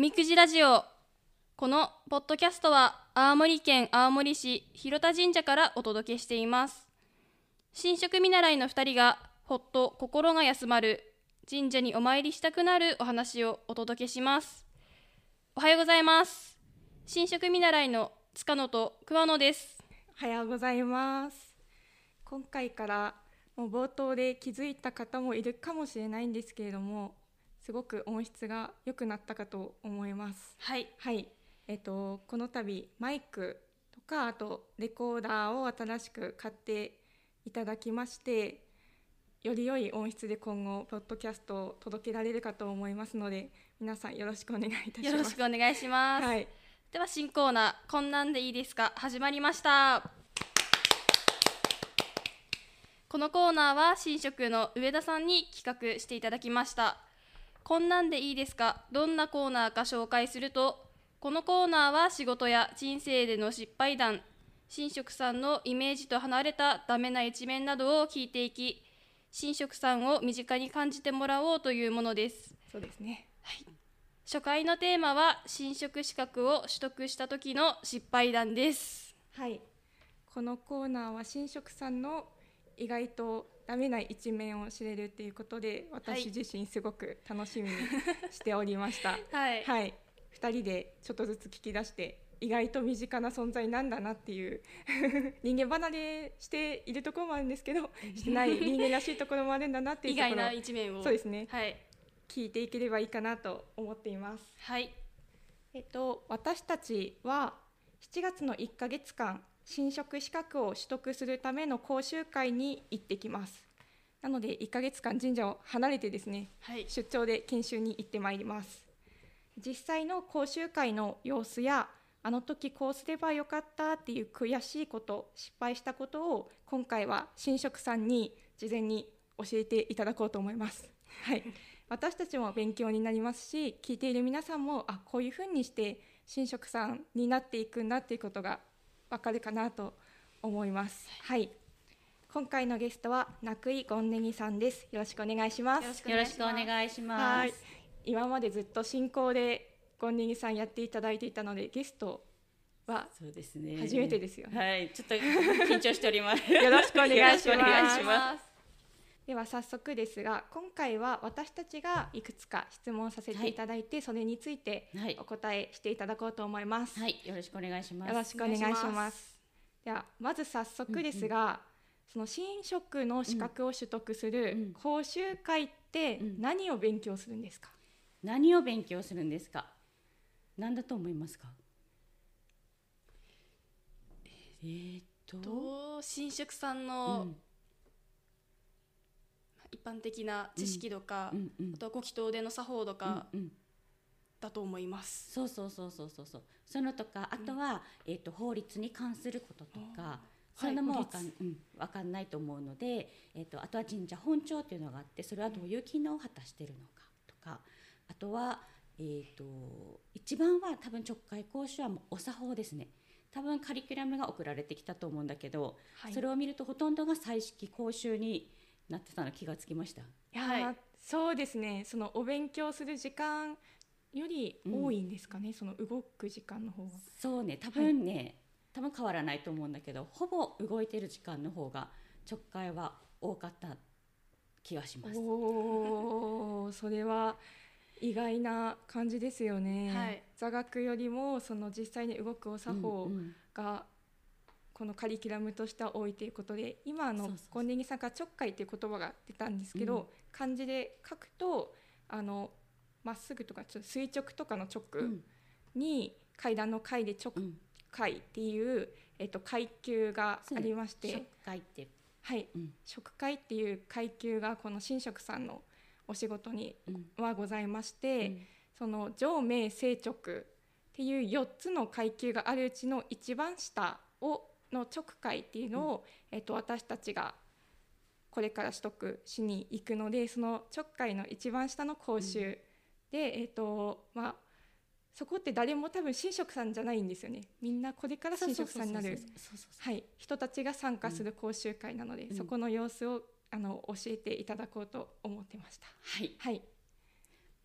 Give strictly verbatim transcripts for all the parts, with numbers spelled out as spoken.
みくじラジオ。このポッドキャストは青森県青森市広田神社からお届けしています。神職見習いのふたりがほっと心が休まる、神社にお参りしたくなるお話をお届けします。おはようございます。神職見習いの塚野と桑野です。 おはようございます。今回からもう冒頭で気づいた方もいるかもしれないんですけれども、すごく音質が良くなったかと思います。 はい、 はい、えっと、この度マイクとかあとレコーダーを新しく買っていただきまして、より良い音質で今後ポッドキャストを届けられるかと思いますので、皆さんよろしくお願いいたします。 よろしくお願いします。 はい、 では新コーナー、こんなんでいいですか、始まりました。このコーナーは神職の上田さんに企画していただきました。こんなんでいいですか、どんなコーナーか紹介すると、このコーナーは仕事や人生での失敗談、神職さんのイメージと離れたダメな一面などを聞いていき、神職さんを身近に感じてもらおうというものです。 そうですね。 はい、初回のテーマは神職資格を取得した時の失敗談です。 はい、このコーナーは神職さんの意外とダメな一面を知れるっていうことで、私自身すごく楽しみにしておりました。 はい、 はい、ふたりでちょっとずつ聞き出して、意外と身近な存在なんだなっていう人間離れしているところもあるんですけど、してない人間らしいところもあるんだなっていうところ、 意外な一面を、 そうですね、 はい、 聞いていければいいかなと思っています。 はい、 えっと、私たちはしちがつのいっかげつかん神職資格を取得するための講習会に行ってきます。なのでいっかげつかん神社を離れてですね、 はい、 出張で研修に行ってまいります。実際の講習会の様子や、あの時こうすればよかったっていう悔しいこと、失敗したことを今回は神職さんに事前に教えていただこうと思います。はい、私たちも勉強になりますし、聞いている皆さんもあこういうふうにして神職さんになっていくんだっていうことがわかるかなと思います。はい、今回のゲストは名久井ゴンネギさんです。よろしくお願いします。 よろしくお願いします。 はい、今までずっと進行でゴンネギさんやっていただいていたので、ゲストはそうですね、 初めてですよね。 はい、ちょっと緊張しておりますよろしくお願いします。 よろしくお願いします。 では早速ですが、今回は私たちがいくつか質問させていただいて、はい、それについてお答えしていただこうと思います。 はい、よろしくお願いします。 よろしくお願いします。ではまず早速ですが、うんうん、その神職の資格を取得する講習会って何を勉強するんですか？ うん、何を勉強するんですか？何だと思いますか？ えー、っと神職さんの、うん、一般的な知識とか、うんうんうん、あとはご祈祷での作法とか、うんうん、だと思います。 そうそうそうそうそうそう。そのとか、あとは、うん、えー、っと法律に関することとか、そういうのも分かん、はい、うん、分かんないと思うので、えー、っとあとは神社本庁というのがあって、それはどういう機能を果たしているのかとか、あとはえー、と一番は多分直会講習はもうお作法ですね。多分カリキュラムが送られてきたと思うんだけど、はい、それを見るとほとんどが彩色講習になってたの気がつきました。 いや、はい、そうですね。そのお勉強する時間より多いんですかね、うん、その動く時間の方が。 そうね、多分ね、はい、多分変わらないと思うんだけど、ほぼ動いてる時間の方が直会は多かった気がします。 おーそれは意外な感じですよね。はい、座学よりもその実際に動くお作法がこのカリキュラムとしては多いということで、今のゴンネギさんから直会という言葉が出たんですけど、うん、漢字で書くとあのまっすぐとかちょっと垂直とかの直に階段の階で直階っていう、えっと、階級がありまして、 直階って、 はい、うん、直階っていう階級がこの神職さんのお仕事にはございまして、うん、その上名正直っていうよっつの階級があるうちの一番下をの直階っていうのを、うん、えっと、私たちがこれから取得しに行くので、その直階の一番下の講習で、うん、えっとまあ、そこって誰も多分神職さんじゃないんですよね。みんなこれから神職さんになる人たちが参加する講習会なので、うん、そこの様子をあの教えていただこうと思ってました。 はい、 はい、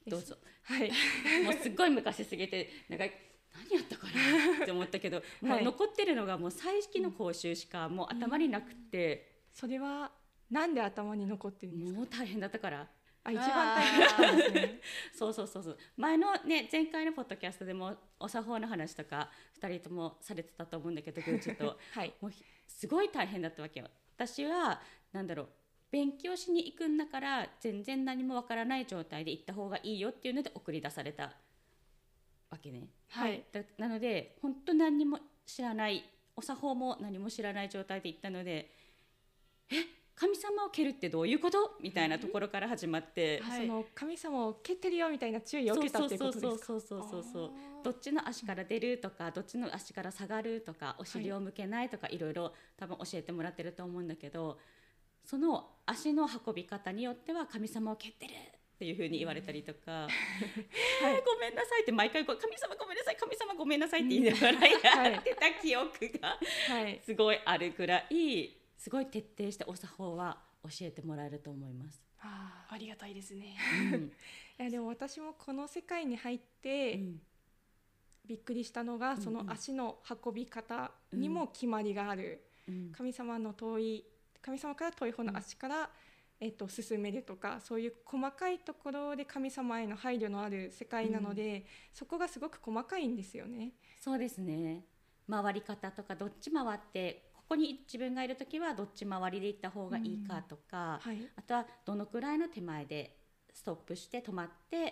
どうぞ。 はいもうすっごい昔すぎてなんか何やったかなって思ったけど、もう残ってるのがもう彩色の講習しかもう頭になくて、 それはなんで頭に残ってるんですか？ もう大変だったから。 あ、一番大変だったんですねそうそうそうそう。前のね、前回のポッドキャストでもお作法の話とかふたりともされてたと思うんだけど、ぐーちと、 はい、 もうすごい大変だったわけよ。私はなんだろう、勉強しに行くんだから全然何もわからない状態で行った方がいいよっていうので送り出されたわけね。 はい、 だなので本当何にも知らない、お作法も何も知らない状態で行ったので、え神様を蹴るってどういうことみたいなところから始まって、 はい、その神様を蹴ってるよみたいな注意を受けたっていうことですか？ そうそうそうそうそうそう。どっちの足から出るとか、どっちの足から下がるとか、お尻を向けないとか、はい、いろいろ多分教えてもらってると思うんだけど、その足の運び方によっては神様を蹴ってるっていう風に言われたりとか、はい、ごめんなさいって毎回神様ごめんなさい、神様ごめんなさいって言いながらやってた記憶がすごいあるくらい、すごい徹底してお作法は教えてもらえると思います。 あ, ありがたいですね、 うん、いやでも私もこの世界に入って、うん、びっくりしたのが、うん、その足の運び方にも決まりがある、うん、神様の遠い神様から遠い方の足から、うんえっと、進めるとか、そういう細かいところで神様への配慮のある世界なので、うん、そこがすごく細かいんですよね。 そうですね。回り方とか、どっち回ってここに自分がいるときはどっち回りで行った方がいいかとか、うんはい、あとはどのくらいの手前でストップして止まって、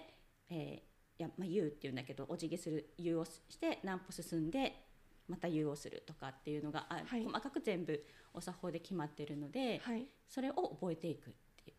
えーいやまあ、U っていうんだけど、お辞儀する U をして何歩進んでまた U をするとかっていうのが、はい、細かく全部お作法で決まってるので、はい、それを覚えていくっていう。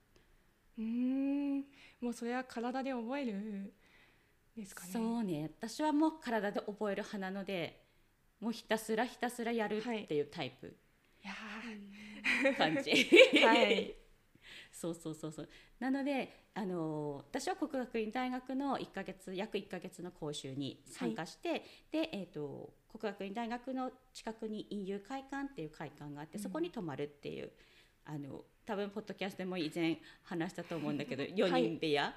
うーんもうそれは体で覚えるですかね。 そうね、私はもう体で覚える派なので、もうひたすらひたすらやるっていうタイプ、はい、いや感じはいそうそうそうそう。なのであの私は国学院大学のいっかげつ約いっかげつの講習に参加して、はい、で、えーと、国学院大学の近くに隠遊会館っていう会館があって、そこに泊まるっていう、うん、あの多分ポッドキャストでも以前話したと思うんだけどよにん部屋、はい、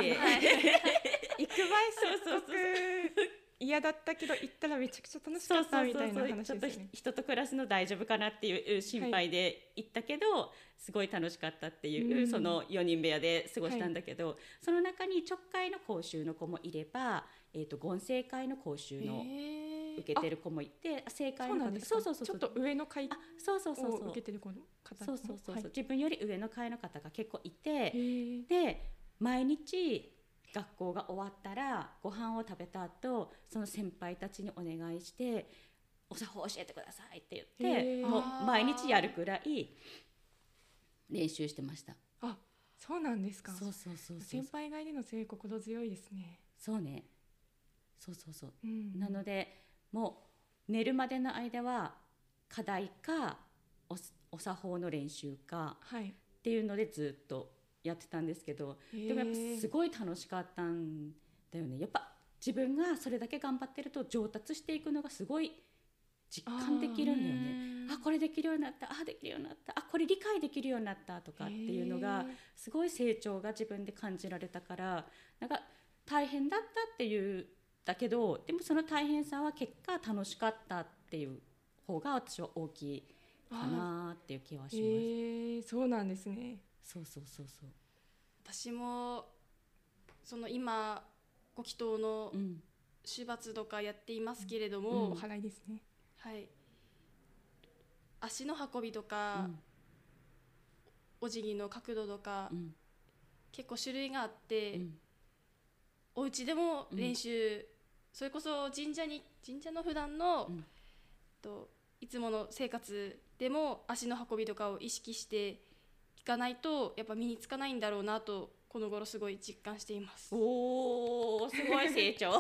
で、はい、行く前すごく嫌だったけど行ったらめちゃくちゃ楽しかったみたいな話ですよね。 ちょっと人と暮らすの大丈夫かなっていう心配で行ったけど、はい、すごい楽しかったっていう、うん、そのよにん部屋で過ごしたんだけど、はい、その中に直会の講習の子もいれば、えーと、言政会の講習の受けてる子もいて、正解の方、 そうそうそうそう、ちょっと上の会を受けてる子の方、 そうそうそうそう、はい、自分より上の会の方が結構いて、で毎日学校が終わったらご飯を食べた後、その先輩たちにお願いしてお作法教えてくださいって言って、もう毎日やるくらい練習してました。 あ、そうなんですか。 そうそうそうそう、 先輩がいるのすごい心強いですね。 そうね、そうそうそう、うん、なのでもう寝るまでの間は課題か お, お作法の練習かっていうのでずっとやってたんですけど、でもやっぱすごい楽しかったんだよね。やっぱ自分がそれだけ頑張ってると上達していくのがすごい実感できるんだよね。あ、これできるようになった、あできるようになった、あこれ理解できるようになったとかっていうのがすごい成長が自分で感じられたから、なんか大変だったっていうだけど、でもその大変さは結果楽しかったっていう方が私は大きいかなっていう気はします。えー、そうなんですね。 そうそうそうそう。 私もその今ご祈祷の主罰とかやっていますけれども、うんうん、お祓いですね。 はい、足の運びとか、うん、お辞儀の角度とか、うん、結構種類があって、うん、お家でも練習、うん、それこそ神社に神社の普段の、うん、といつもの生活でも足の運びとかを意識していかないとやっぱ身につかないんだろうなとこの頃すごい実感しています。 おー、すごい成長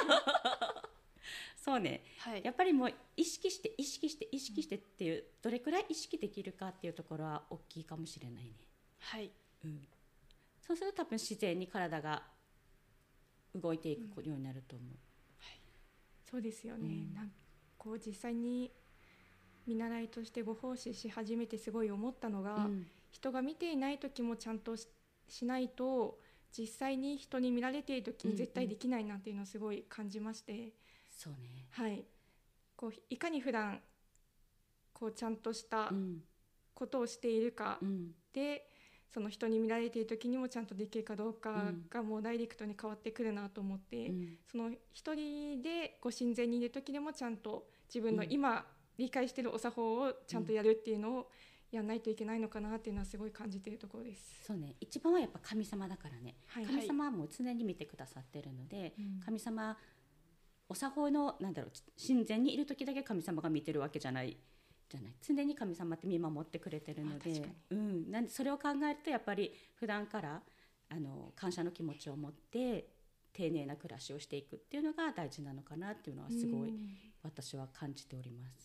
そうね、はい、やっぱりもう意識して意識して意識してっていう、どれくらい意識できるかっていうところは大きいかもしれないね。 はい、 うん、そうすると多分自然に体が動いていくようになると思う、うん、 はい、そうですよね、うん、なんこう実際に見習いとしてご奉仕し始めてすごい思ったのが、うん、人が見ていない時もちゃんと し, しないと実際に人に見られている時に絶対できないなっていうのをすごい感じまして、うんうん、 そうね、 はい、こういかに普段こうちゃんとしたことをしているか、うん、でその人に見られている時にもちゃんとできるかどうかがもうダイレクトに変わってくるなと思って、うん、その一人でご神前にいる時でもちゃんと自分の今理解しているお作法をちゃんとやるっていうのをやらないといけないのかなっていうのはすごい感じているところです。 そうね、一番はやっぱ神様だからね、はい、神様はもう常に見てくださってるので、はい、神様お作法のなんだろう神前にいる時だけ神様が見てるわけじゃないじゃない、常に神様って見守ってくれてるので、うん、なんでそれを考えるとやっぱり普段からあの感謝の気持ちを持って丁寧な暮らしをしていくっていうのが大事なのかなっていうのはすごい私は感じております。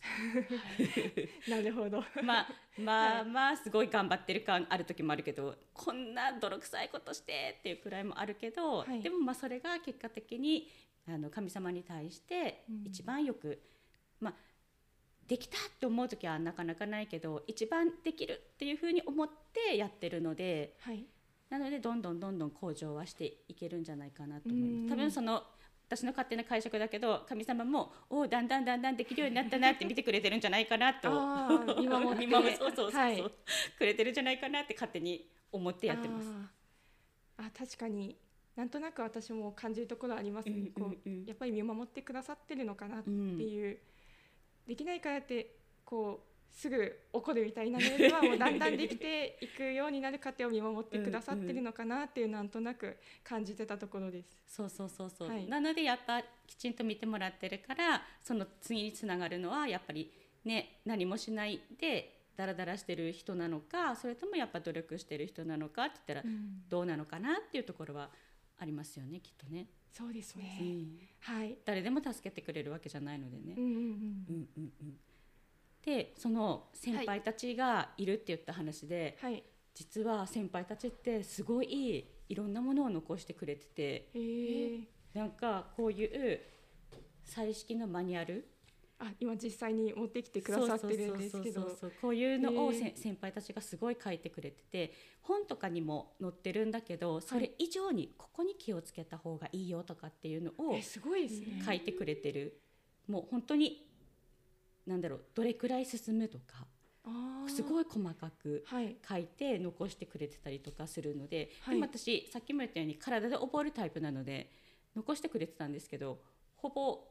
なるほど。 まあまあまあすごい頑張ってる感ある時もあるけど、こんな泥臭いことしてっていうくらいもあるけど、はい、でもまあそれが結果的にあの神様に対して一番よく、うん、まあできたって思う時はなかなかないけど一番できるっていうふうに思ってやってるので、はい、なのでどんどんどんどん向上はしていけるんじゃないかなと思います。多分その私の勝手な解釈だけど神様もおだんだんだんだんできるようになったなって見てくれてるんじゃないかなと見守って見守そうそうそうそう、はい、くれてるんじゃないかなって勝手に思ってやってます。 ああ確かになんとなく私も感じるところありますね、うんうんうん、こうやっぱり見守ってくださってるのかなっていう、うん、できないからってこうすぐ怒るみたいなのではもうだんだんできていくようになる過程を見守ってくださってるのかなっていうなんとなく感じてたところです。 そうそうそうそう、はい、なのでやっぱきちんと見てもらってるからその次につながるのはやっぱりね何もしないでダラダラしてる人なのかそれともやっぱ努力してる人なのかって言ったらどうなのかなっていうところはありますよね、きっとね。 そうですね、 うん、はい、誰でも助けてくれるわけじゃないのでね、 うんうんうんうんうんうん、でその先輩たちがいるって言った話で、はい、実は先輩たちってすごいいろんなものを残してくれてて、 へー、 なんかこういう彩色のマニュアル、 あ今実際に持ってきてくださってるんですけど、 こういうのを先輩たちがすごい書いてくれてて、本とかにも載ってるんだけどそれ以上にここに気をつけた方がいいよとかっていうのを書いてくれてる、もう本当になんだろうどれくらい進むとかすごい細かく書いて残してくれてたりとかするので、はい、でも私さっきも言ったように体で覚えるタイプなので残してくれてたんですけどほぼ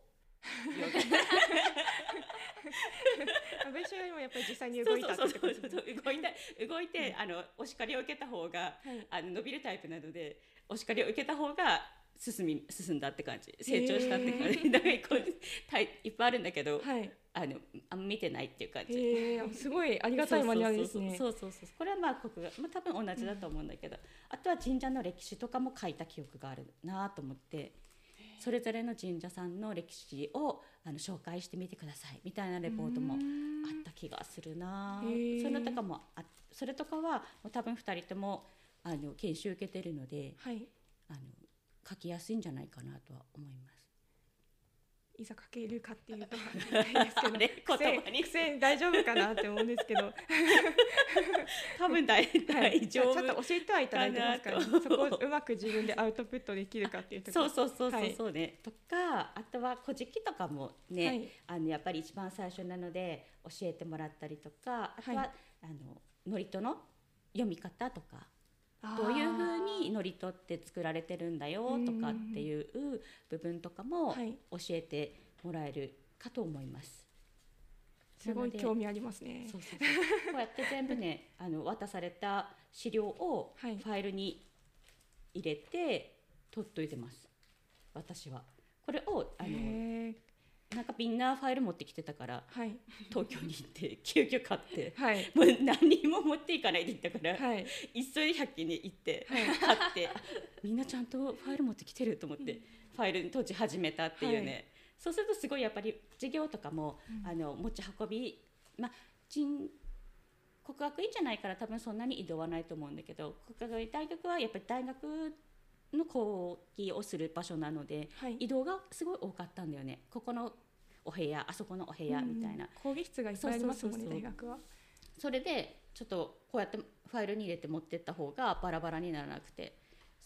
安倍氏よりもやっぱり実際に動いたってことですね。 動いて、動いて、うん、あのお叱りを受けた方が、はい、あの伸びるタイプなのでお叱りを受けた方が進み進んだって感じ、成長したって感じだからこういっぱいあるんだけど、はい、あのあんま見てないっていう感じ。 へー、すごいありがたいマニュアルですね。 そうそうそうそう、これはまあ国が、まあ、多分同じだと思うんだけど、うん、あとは神社の歴史とかも書いた記憶があるなと思って、それぞれの神社さんの歴史をあの紹介してみてくださいみたいなレポートもあった気がするな。それとかもあそれとかはもう多分ふたりともあの研修受けてるので、はい、あの書きやすいんじゃないかなとは思います。 いざ書けるかっていうとないですけどね、言葉に苦戦大丈夫かなって思うんですけど多分大丈夫、 ちょっと教えてはいただいてますから、ね、そこをうまく自分でアウトプットできるかっていうところそうそうそうそうそうね、はい、とかあとは古事記とかもね、はい、あのやっぱり一番最初なので教えてもらったりとか、あとは、はい、あの祝詞の読み方とかどういうふうに祝詞って作られてるんだよとかっていう部分とかも教えてもらえるかと思います。 すごい興味ありますね。 そうそうそうこうやって全部ねあの渡された資料をファイルに入れて取っといてます、私は。これをあのなんかみんなファイル持ってきてたから、はい、東京に行って急遽買って、はい、もう何も持っていかないで行ったから、はい、急いでひゃく均に行って、はい、買ってみんなちゃんとファイル持ってきてると思って、うん、ファイルに当時始めたっていうね、はい、そうするとすごいやっぱり授業とかも、うん、あの持ち運び、まあ、国学院じゃないから多分そんなに移動はないと思うんだけど、国学院大学はやっぱり大学の講義をする場所なので、はい、移動がすごい多かったんだよね。ここのお部屋あそこのお部屋みたいな、うん、 講義室がいっぱいありますもんね、大学は。 それでちょっとこうやってファイルに入れて持ってった方がバラバラにならなくて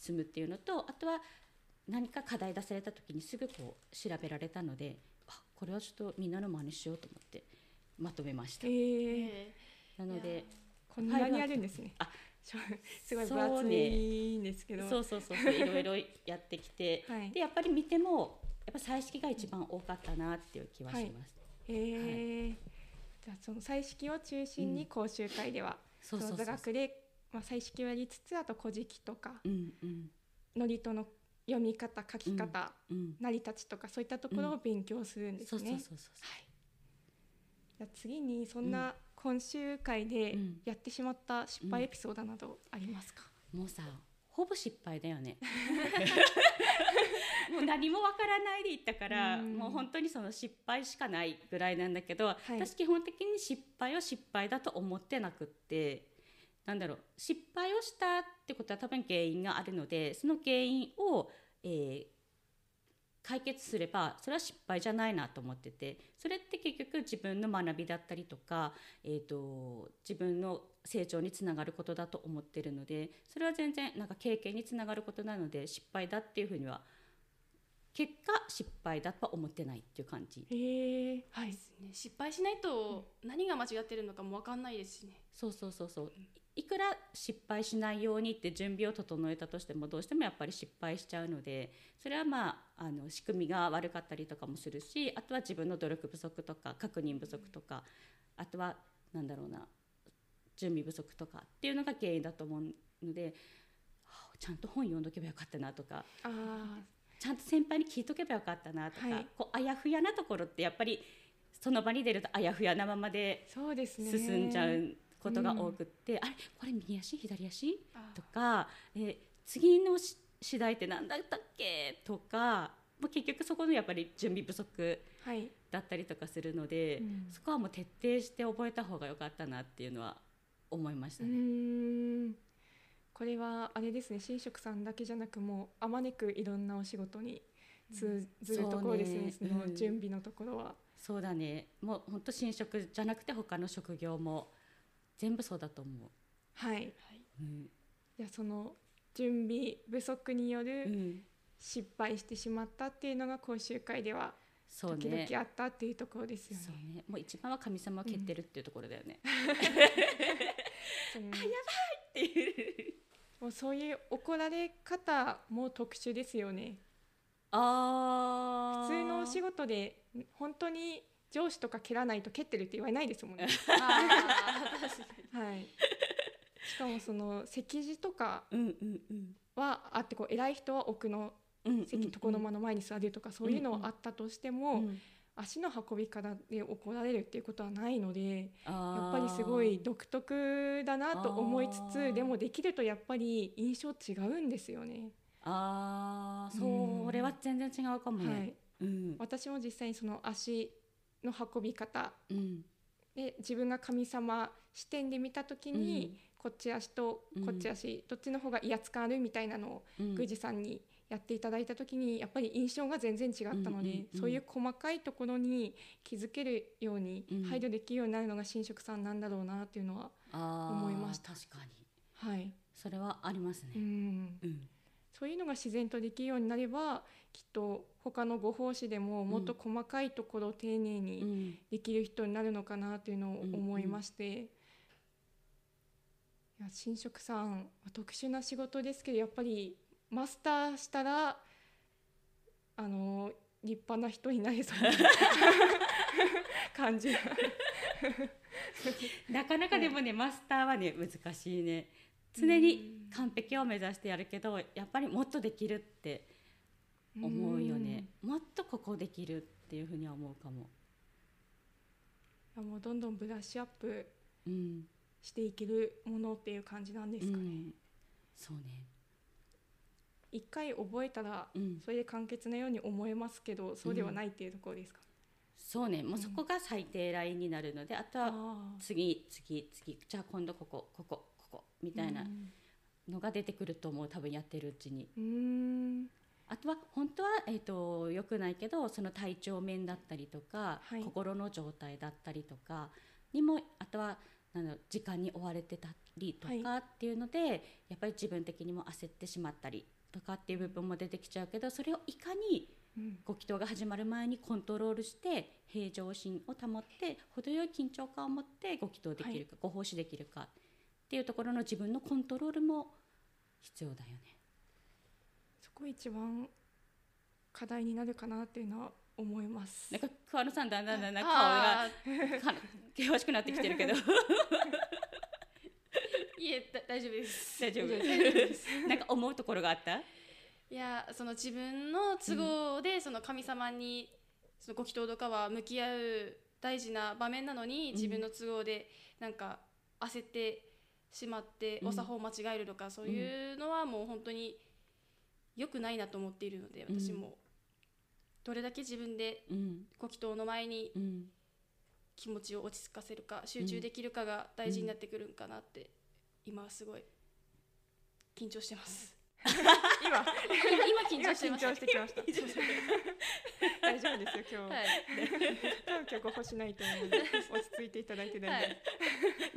済むっていうのと、あとは何か課題出された時にすぐこう調べられたので、あこれはちょっとみんなの真似しようと思ってまとめました。 えー、 なのでこんなにあるんですね。 あすごい分厚いんですけど、 そうそうそうそういろいろやってきて、はい、でやっぱり見てもやっぱ彩色が一番多かったなっていう気はします。はい、 えーはい、じゃあその彩色を中心に講習会では、うん、その座学で、まあ、彩色をやりつつ、あと古事記とか、うんうん、祝詞の読み方書き方、うんうん、成り立ちとかそういったところを勉強するんですね。じゃあ次にそんな講習会でやってしまった失敗エピソードなどありますか？ うん、もうさほぼ失敗だよねもう何もわからないでいったから、うん、もう本当にその失敗しかないぐらいなんだけど、はい、私基本的に失敗を失敗だと思ってなくって、なんだろう、失敗をしたってことは多分原因があるので、その原因を、えー、解決すればそれは失敗じゃないなと思ってて、それって結局自分の学びだったりとか、えーと、自分の成長につながることだと思ってるので、それは全然なんか経験につながることなので、失敗だっていうふうには結果失敗だとは思ってないっていう感じ。 へー、 はいですね、失敗しないと何が間違ってるのかも分かんないですしね。 そうそうそうそう、いくら失敗しないようにって準備を整えたとしても、どうしてもやっぱり失敗しちゃうので、それはまあ、あの仕組みが悪かったりとかもするし、あとは自分の努力不足とか確認不足とか、あとはなんだろうな、準備不足とかっていうのが原因だと思うので、はあ、ちゃんと本読んどけばよかったなとか、 あちゃんと先輩に聞いとけばよかったなとか、はい、こうあやふやなところってやっぱりその場に出るとあやふやなままで進んじゃうことが多くって、うん、あれこれ右足左足とか、え次の次第って何だったっけとか、もう結局そこのやっぱり準備不足だったりとかするので、はい、うん、そこはもう徹底して覚えた方が良かったなっていうのは思いましたね。 うーん、これはあれですね、神職さんだけじゃなく、もうあまねくいろんなお仕事に通ずるところですね、その準備のところは。 そうだね、もう本当神職じゃなくて他の職業も全部そうだと思う。 はい、うん、じゃあその準備不足による失敗してしまったっていうのが講習会では時々あったっていうところですよね。 そうね、もう一番は神様を蹴ってるっていうところだよね、うん、あ、やばいっていうもうそういう怒られ方も特殊ですよね。 あ、 普通のお仕事で本当に上司とか蹴らないと蹴ってるって言われないですもんねあ、はい、しかもその席次とかはあって、こう偉い人は奥の席、床の間の前に座るとかそういうのはあったとしても、足の運び方で怒られるっていうことはないので、やっぱりすごい独特だなと思いつつ、でもできるとやっぱり印象違うんですよね。 あー、それは全然違うかもね、はい、 うん、私も実際にその足の運び方、うん、で自分が神様視点で見た時に、うん、こっち足とこっち足、うん、どっちの方が威圧感あるみたいなのを、うん、宮司さんにやっていただいた時にやっぱり印象が全然違ったので、うんうんうん、そういう細かいところに気づけるように、うん、配慮できるようになるのが神職さんなんだろうなっていうのは思いました。 確かに、 はい、 それはありますね、 うんうん、そういうのが自然とできるようになれば、きっと他のご奉仕でももっと細かいところを丁寧にできる人になるのかなというのを思いまして、うんうん、いや神職さんは特殊な仕事ですけど、やっぱりマスターしたらあの立派な人になれそうな感じなかなかでもね、マスターはね難しいね。常に完璧を目指してやるけど、やっぱりもっとできるって思うよね。もっとここできるっていうふうには思うかも。 もうどんどんブラッシュアップしていけるものっていう感じなんですかね、うん、 そうね、 一回覚えたらそれで完結なように思えますけど、うん、そうではないっていうところですか、 うん、そうね、もうそこが最低ラインになるので、あとは次次次、じゃあ今度ここここここみたいなのが出てくると思う、多分やってるうちに。 うーん、 あとは本当は、えーと、良くないけど、その体調面だったりとか、はい、心の状態だったりとかにも、あとはなんだろう時間に追われてたりとかっていうので、はい、やっぱり自分的にも焦ってしまったりとかっていう部分も出てきちゃうけど、それをいかにご祈祷が始まる前にコントロールして平常心を保って程よい緊張感を持ってご祈祷できるか、はい、ご奉仕できるかっていうところの自分のコントロールも必要だよね。 そこ一番課題になるかなっていうのは思います。 なんか桑野さんだんだんだんだん顔が険しくなってきてるけどいえだ大丈夫です大丈夫ですなんか思うところがあった？ いやその自分の都合でその神様にそのご祈祷とかは向き合う大事な場面なのに、自分の都合でなんか焦ってしまってお作法を間違えるとか、そういうのはもう本当に良くないなと思っているので、私もどれだけ自分でご祈祷の前に気持ちを落ち着かせるか集中できるかが大事になってくるんかなって今はすごい緊張してます今今緊張してました。 緊張してきました大丈夫ですよ今日、はい、今日ご奉仕ないと思うので落ち着いていただいて大丈夫です、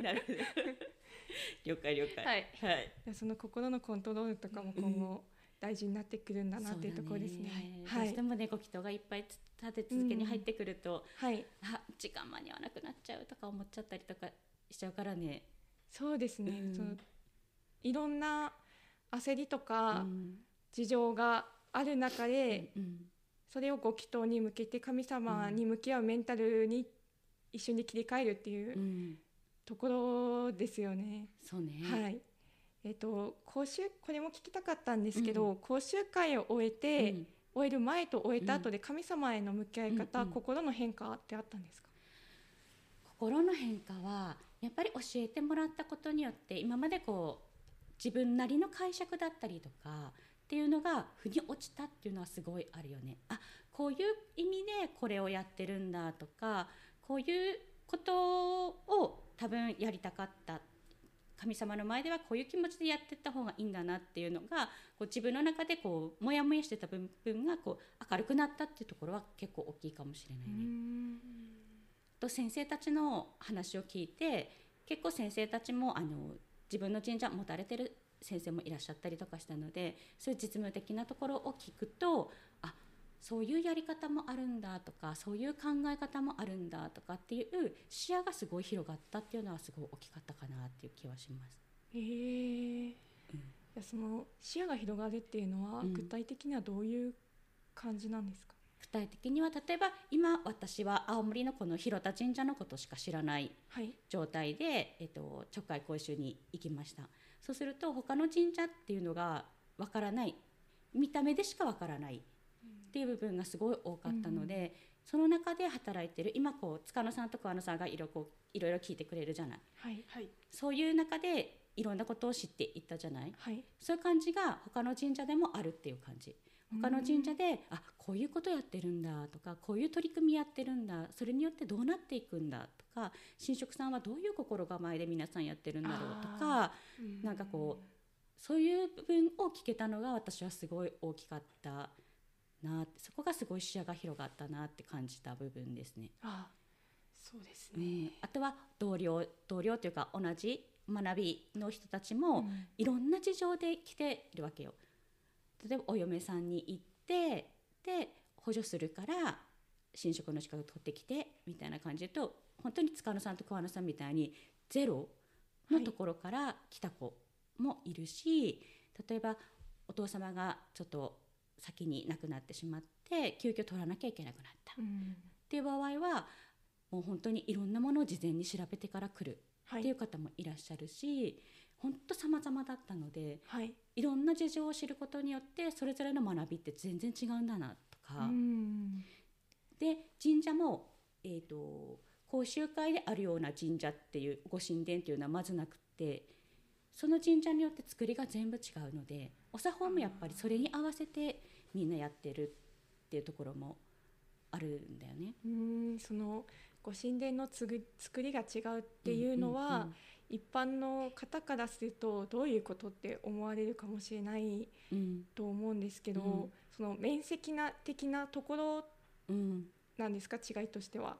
はい、なるほど了解了解、 はいはい、 その心のコントロールとかも今後大事になってくるんだなっていうところですね。 はい、どうしてもねご祈祷がいっぱい立て続けに入ってくると、うんはい、あ時間間に合わなくなっちゃうとか思っちゃったりとかしちゃうからね。 そうですね、うん、そのいろんな焦りとか事情がある中で、うんうん、それをご祈祷に向けて神様に向き合うメンタルに一緒に切り替えるっていう、うん、ところですよね。 そうね、 はいえー、と講習これも聞きたかったんですけど、うん、講習会を終えて、うん、終える前と終えた後で神様への向き合い方、うん、心の変化ってあったんですか？ 心の変化はやっぱり教えてもらったことによって今までこう自分なりの解釈だったりとかっていうのが腑に落ちたっていうのはすごいあるよね。あこういう意味でこれをやってるんだとかこういうことを多分やりたかった神様の前ではこういう気持ちでやっていった方がいいんだなっていうのがこう自分の中でこうモヤモヤしてた部分がこう明るくなったっていうところは結構大きいかもしれないね。と先生たちの話を聞いて結構先生たちもあの自分の神社持たれてる先生もいらっしゃったりとかしたのでそういう実務的なところを聞くとあそういうやり方もあるんだとかそういう考え方もあるんだとかっていう視野がすごい広がったっていうのはすごい大きかったかなっていう気はします。 へー、うん、その視野が広がるっていうのは、うん、具体的にはどういう感じなんですか？ 具体的には例えば今私は青森のこの広田神社のことしか知らない状態で、はいえっと、直会講習に行きました。そうすると他の神社っていうのがわからない見た目でしかわからないっていう部分がすごい多かったので、うん、その中で働いてる今こう塚野さんと桑野さんがいろいろいろいろ聞いてくれるじゃない、 はいはい、 そういう中でいろんなことを知っていったじゃない、 はい、 そういう感じが他の神社でもあるっていう感じ。他の神社であこういうことやってるんだとかこういう取り組みやってるんだそれによってどうなっていくんだとか神職さんはどういう心構えで皆さんやってるんだろうとかなんかこうそういう部分を聞けたのが私はすごい大きかったなってそこがすごい視野が広がったなって感じた部分ですね。 あそうですね、 うん、あとは同僚同僚というか同じ学びの人たちもいろんな事情で来てるわけよ。例えばお嫁さんに行ってで補助するから神職の資格取ってきてみたいな感じでと本当に塚野さんと桑野さんみたいにゼロのところから来た子もいるし、はい、例えばお父様がちょっと先に亡くなってしまって急遽取らなきゃいけなくなった、うん、っていう場合はもう本当にいろんなものを事前に調べてから来るっていう方もいらっしゃるし、はい本当様々だったので、はい、いろんな事情を知ることによってそれぞれの学びって全然違うんだなとかうんで神社も、えーと、講習会であるような神社っていうご神殿っていうのはまずなくてその神社によって作りが全部違うのでお作法もやっぱりそれに合わせてみんなやってるっていうところもあるんだよね。 うんそのご神殿のつぐ作りが違うっていうのは、うんうんうん一般の方からするとどういうことって思われるかもしれないと思うんですけど、うん、その面積な的なところなんですか、うん、違いとしては、 うん、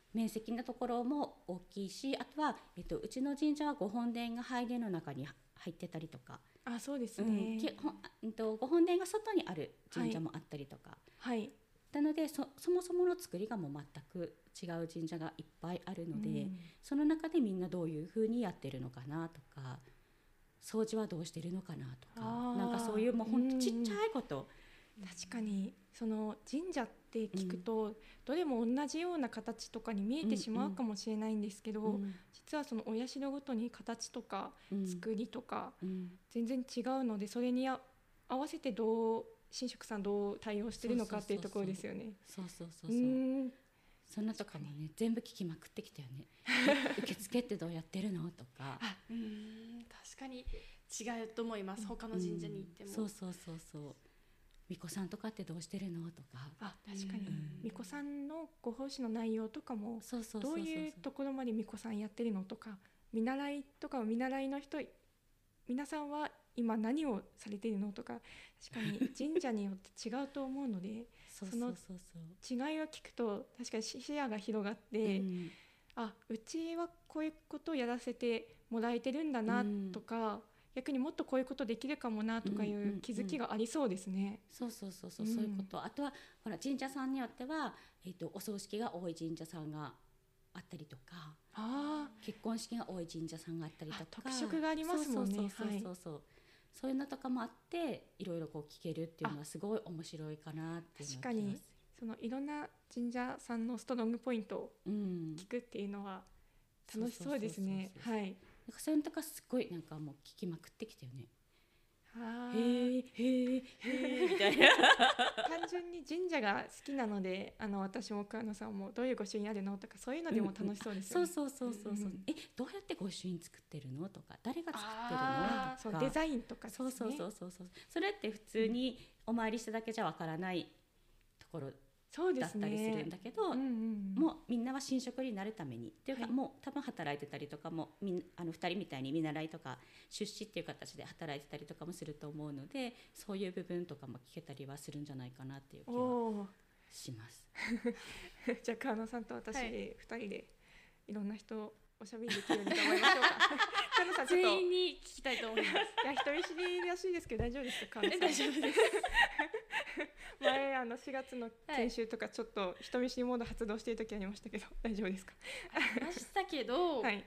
面積のところも大きいし、あとは、えっと、うちの神社はご本殿が拝殿の中に入ってたりとか、 あ、そうですうんね。 きほんうんとご本殿が外にある神社もあったりとか、 はい。 なので そ, そもそもの作りがもう全く違う神社がいっぱいあるので、 うんその中でみんなどういうふうにやってるのかなとか、掃除はどうしてるのかなとか、 あーなんかそういうもうほんとちっちゃいこと、 確かにその神社って聞くと、どれも同じような形とかに見えてしまうかもしれないんですけど、 うん実はそのお社ごとに形とかうん作りとかうん全然違うので、それにあ合わせてどう神職さんどう対応してるのかっていうところですよね。 そうそうそううそう、 ーんそんなとかもね全部聞きまくってきたよね受付ってどうやってるのとか、 うーん確かに違うと思います、他の神社に行っても、 うんそうそうそうそう、巫女さんとかってどうしてるのとか、 あ、確かにうん巫女さんのご奉仕の内容とかもそうそうそうそう、 どういうところまで巫女さんやってるのとか、見習いとか見習いの人皆さんは今何をされているのとか、確かに神社によって違うと思うのでそうそうそうそう違いを聞くと確かに視野が広がって、 うんあ、うちはこういうことをやらせてもらえてるんだなとか、逆にもっとこういうことできるかもなとかいうんうんううん気づきがありそうですね。 そうそうそうそう、 うんそういうこと。あとはほら神社さんによっては、えー、とお葬式が多い神社さんがあったりとか、 あ結婚式が多い神社さんがあったりとか、 あ特色がありますもんね。 そうそうそうそうそう、 はいそういうのとかもあっていろいろこう聞けるっていうのはすごい面白いかなっていうのは聞きます。 そのいろんな神社さんのストロングポイントをうん、 聞くっていうのは楽しそうですね。 そうそうそうそうはい。 なんかそういうのとかすごいなんかもう聞きまくってきたよね。 あへーーへーへーみたいな。 単純に神社が好きなので、あの私も桑野さんもどういう御朱印あるのとかそういうのでも楽しそうですよね。 そうそうそうそうそう、 うんえどうやって御朱印作ってるのとか、誰が作ってるあのとか、 そうデザインとかですね。 そうそうそうそうそう、それって普通にお参りしただけじゃわからないところそうですだったりするんね。 だけど、 うんうん、 もうみんなは神職になるためにっていうか、 はいもう多分働いてたりとかもみんあのふたりみたいに見習いとか出資っていう形で働いてたりとかもすると思うので、そういう部分とかも聞けたりはするんじゃないかなっていう気はおーします。 じゃあ川野さんと私はいでふたりでいろんな人をおしゃべりできるように頑張りましょうか。川野さんちょっと全員に聞きたいと思います。 いや人見知りらしいですけど大丈夫ですか川野さん。 え大丈夫です。 前あのしがつの研修とかちょっと人見知りモード発動している時ありましたけど大丈夫ですか。 ありましたけど、 はい。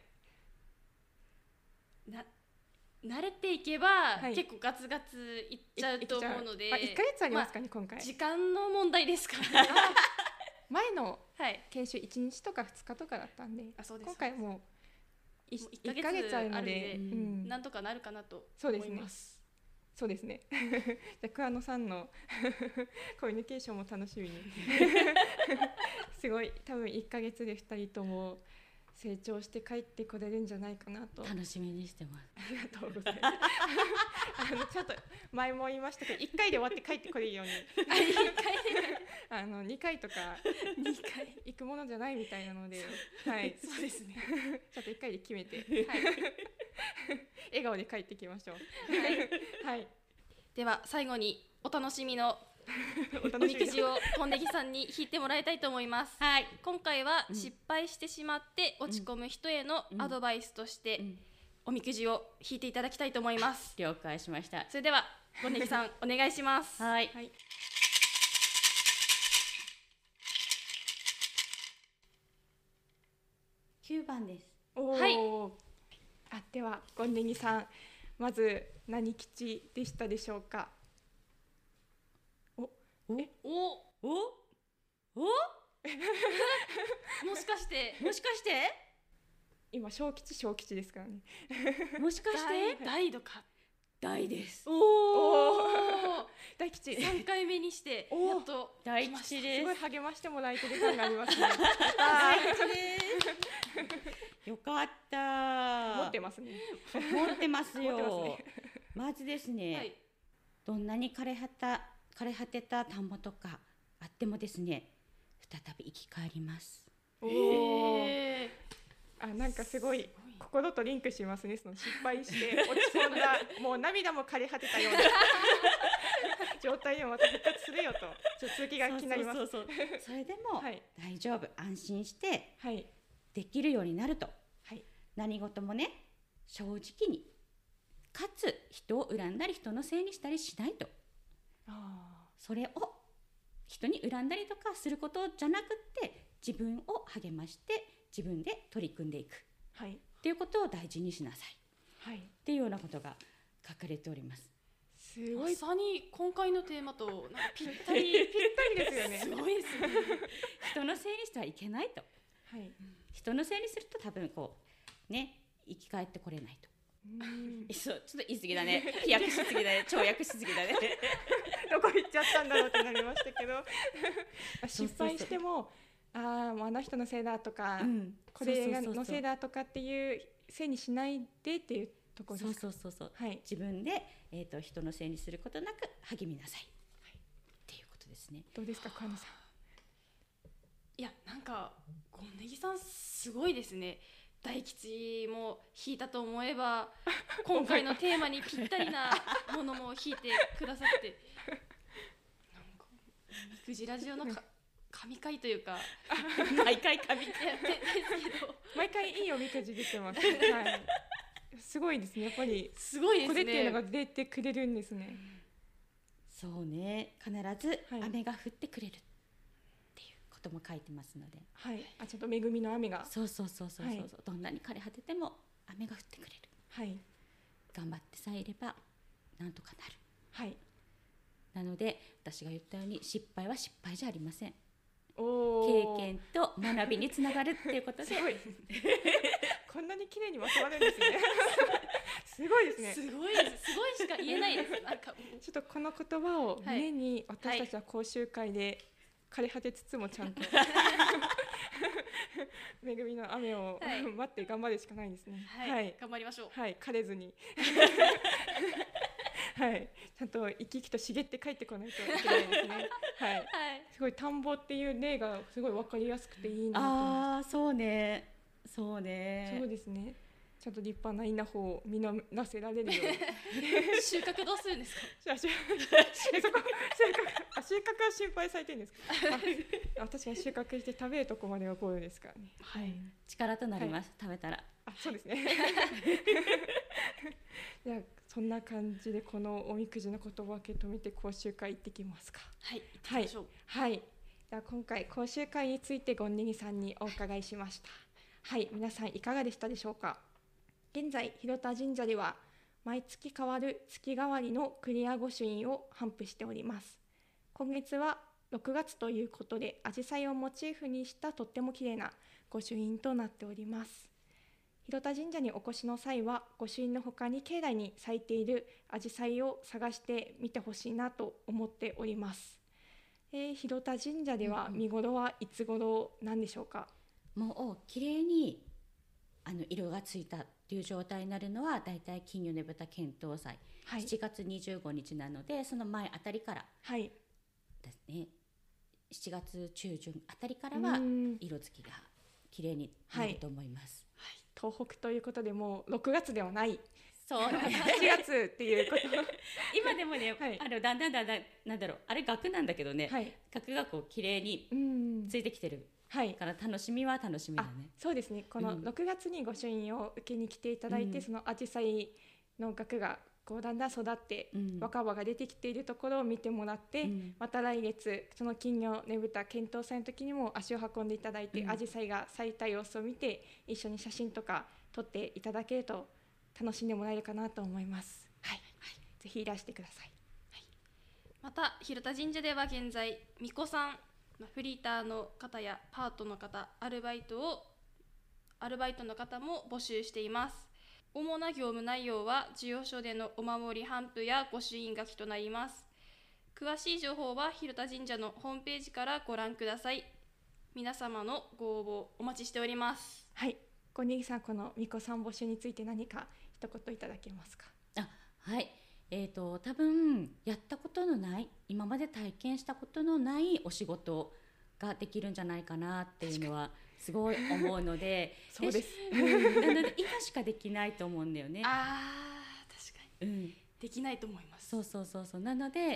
な慣れていけば、 はい結構ガツガツいっちゃうと思うので、 まあ、いっかげつありますかね、今回。 時間の問題ですからね。 前のはい。 研修いちにちとかふつかとかだったんで、 あ、そうです。 今回もういもういいっかげつっかげつあるので、 あるのでうんなんとかなるかなとそうですね思います。 そうですね。じゃあ桑野さんのコミュニケーションも楽しみに。すごい多分いっかげつでふたりとも成長して帰ってこれるんじゃないかなと。 楽しみにしてます。 ありがとうございます。あのちょっと前も言いましたけどいっかいで終わって帰ってこれるようにあのにかいとかにかい。 行くものじゃないみたいなので、はい、 そうですね。 ちょっといっかいで決めてはい。 笑顔で帰ってきましょう。はい、 では最後にお楽しみのおお楽しみだみくじをポンデギさんに引いてもらいたいと思います。 はい。 今回はうん失敗してしまって落ち込む人へのアドバイスとしてうん、 おみくじを引いていただきたいと思います。 了解しました。 それではポンデギさんお願いします。 はい。 はい、 きゅうばんです。 おーはいあではゴンネギさんまず何吉でしたでしょうか。 おお、 おおもしかしてもしかして今小吉小吉ですからね。 もしかして大度か。 大です。 おおお。 大吉三回目にしておやっと大来ました吉ですすごい。励ましてもらえてる感がありますね。 大吉です。よかった。 持ってますね。 持ってますよ。 持ってまずですね、 はい。 どんなに枯れ果た枯れ果てた田んぼとかあってもですね、再び生き返ります。 おお。 へあなんかすごい心とリンクしますね。その失敗して落ち込んだもう涙も枯れ果てたような状態でもまた復活するよと、ちょっと続きが気になります。 そうそうそうそうそれでもはい大丈夫、安心してはいできるようになると、 はい、 何事もね正直に、かつ人を恨んだり人のせいにしたりしないと、 あそれを人に恨んだりとかすることじゃなくって自分を励まして自分で取り組んでいくー、はいっていうことを大事にしなさいはい、 っていうようなことが書かれております。 すごいまさに今回のテーマとなんかぴったりぴったりですよね。 すごいですね。 人のせいにしてはいけないと、 はい、 人のせいにすると多分こうね生き返ってこれないと。 うんそうちょっと言い過ぎだね、飛躍しすぎだね、跳躍しすぎだねどこ行っちゃったんだろうってなりましたけどそうそうそう失敗してもあああの人のせいだとか、 うんこれがそうそうそうそうのせいだとかっていうせいにしないでっていうところですか。 そうそうそうそう、 はい自分で、えー、と人のせいにすることなく励みなさい、はい、っていうことですね。 どうですか神野さん。 いやなんかゴンネギさんすごいですね。大吉も引いたと思えば今回のテーマにぴったりなものも引いてくださってなんかみくじラジオのか神回というか毎回神いやでですけど毎回いいおみくじ出てます、はい、すごいですねやっぱりすごいですね。 これっていうのが出てくれるんですね。 そうね、必ずはい雨が降ってくれるっていうことも書いてますので、 はいあちょっと恵みの雨がそうそうそうそうそう、 はいどんなに枯れ果てても雨が降ってくれる、 はい頑張ってさえいればなんとかなる。 はいなので私が言ったように失敗は失敗じゃありません。 お経験と学びにつながるっていうことですごいこんなに綺麗にまとまるんですねすごいですね。 すごいですすごいしか言えないです。なんかもうちょっとこの言葉を胸に私たちは講習会で枯れ果てつつもちゃんと恵みの雨をはい待って頑張るしかないですね。 はい、 はい、 頑張りましょう。 はい、枯れずにはい、ちゃんと生き生きと茂って帰ってこないといけないですね。はい、 はいすごい田んぼっていう例がすごい分かりやすくていいなと思いまああそうねそうす。 ねそうですね。ちゃんと立派な稲穂を実らせられるように収穫どうするんですか。 じゃあ収穫えそこ収穫あ収穫は心配されてるんですか。ああ確かに収穫して食べるとこまではゴールですからね。 はい力となります、食べたら。 あそうですねじゃあそんな感じでこのおみくじの言葉を受け止めて講習会行ってきますか。 はい行ってみましょう。 はい、じゃあ今回講習会についてゴンネギさんにお伺いしました。はい、皆さんいかがでしたでしょうか。現在広田神社では毎月変わる月替わりのクリア御朱印を頒布しております。今月はろくがつということでアジサイをモチーフにしたとっても綺麗な御朱印となっております。広田神社にお越しの際は御朱印の他に境内に咲いているアジサイを探してみてほしいなと思っております。えー、広田神社では見頃はいつ頃なんでしょうか。 もう綺麗にあの色がついたっていう状態になるのはだいたい金魚ねぶた献刀祭、 はい、 しちがつにじゅうごにちなのでその前あたりからはいですね、しちがつ中旬あたりからは色づきが綺麗になると思います、 はい、東北ということでもうろくがつではないそうねしちがつっていうこと今でもね、 はい、 あのだんだんだんだんなんだろうあれ額なんだけどね、 はい、 額がこう綺麗についてきてるはい、 から楽しみは楽しみだね。 そうですね。このろくがつに御朱印を受けに来ていただいて、うん、そのアジサイの額がこうだんだん育って、うん、若葉が出てきているところを見てもらって、うん、また来月その金魚ねぶた検討祭の時にも足を運んでいただいて、アジサイが咲いた様子を見て一緒に写真とか撮っていただけると楽しんでもらえるかなと思います。はい、はい、ぜひいらしてください。 はい、また広田神社では現在巫女さんフリーターの方やパートの方、アルバイトをアルバイトの方も募集しています。主な業務内容は授与所でのお守り頒布や御朱印書きとなります。詳しい情報は広田神社のホームページからご覧ください。皆様のご応募お待ちしております。 はい、ゴンネギさん、この巫女さん募集について何か一言いただけますか。 あ、はい。えーと、多分やったことのない今まで体験したことのないお仕事ができるんじゃないかなっていうのはすごい思うのでそうです、 うん、なので今しかできないと思うんだよね。 あー確かに、うん、できないと思います。 そうそうそうそうなのであ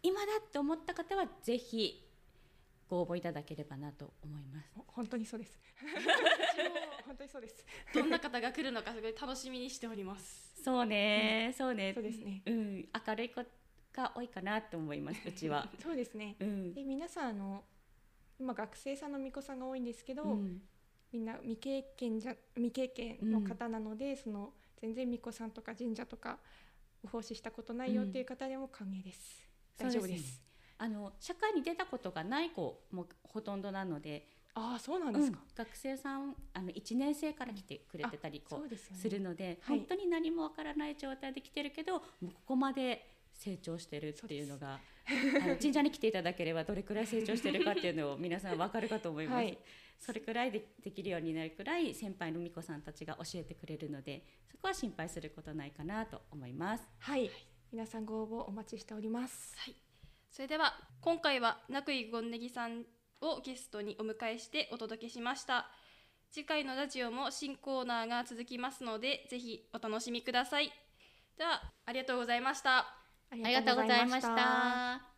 今だって思った方はぜひご応募いただければなと思います。 本当にそうです本当にそうです。 どんな方が来るのかすごい楽しみにしております。 そうね、うん、そうね、 そうですね、 うん、明るい子が多いかなと思いますうちはそうですね、うん、で皆さんあの今学生さんの巫女さんが多いんですけど、うん、みんな未経験じゃ未経験の方なので、うん、その全然巫女さんとか神社とかお奉仕したことないよっていう方でも歓迎です、うん、大丈夫です。 そうですね、あの社会に出たことがない子もほとんどなので。 ああ、そうなんですか、うん、 学生さんあのいちねん生から来てくれてたりこう、うん、す, ね、するので、はい、本当に何もわからない状態で来てるけどもうここまで成長してるっていうのがあの神社に来ていただければどれくらい成長してるかっていうのを皆さんわかるかと思います、はい、それくらい で, できるようになるくらい先輩の巫女さんたちが教えてくれるのでそこは心配することないかなと思います。 はい、皆さんご応募お待ちしております、 はい、それでは今回は名久井権ネギさんをゲストにお迎えしてお届けしました。次回のラジオも新コーナーが続きますのでぜひお楽しみください。ではありがとうございました。 ありがとうございました。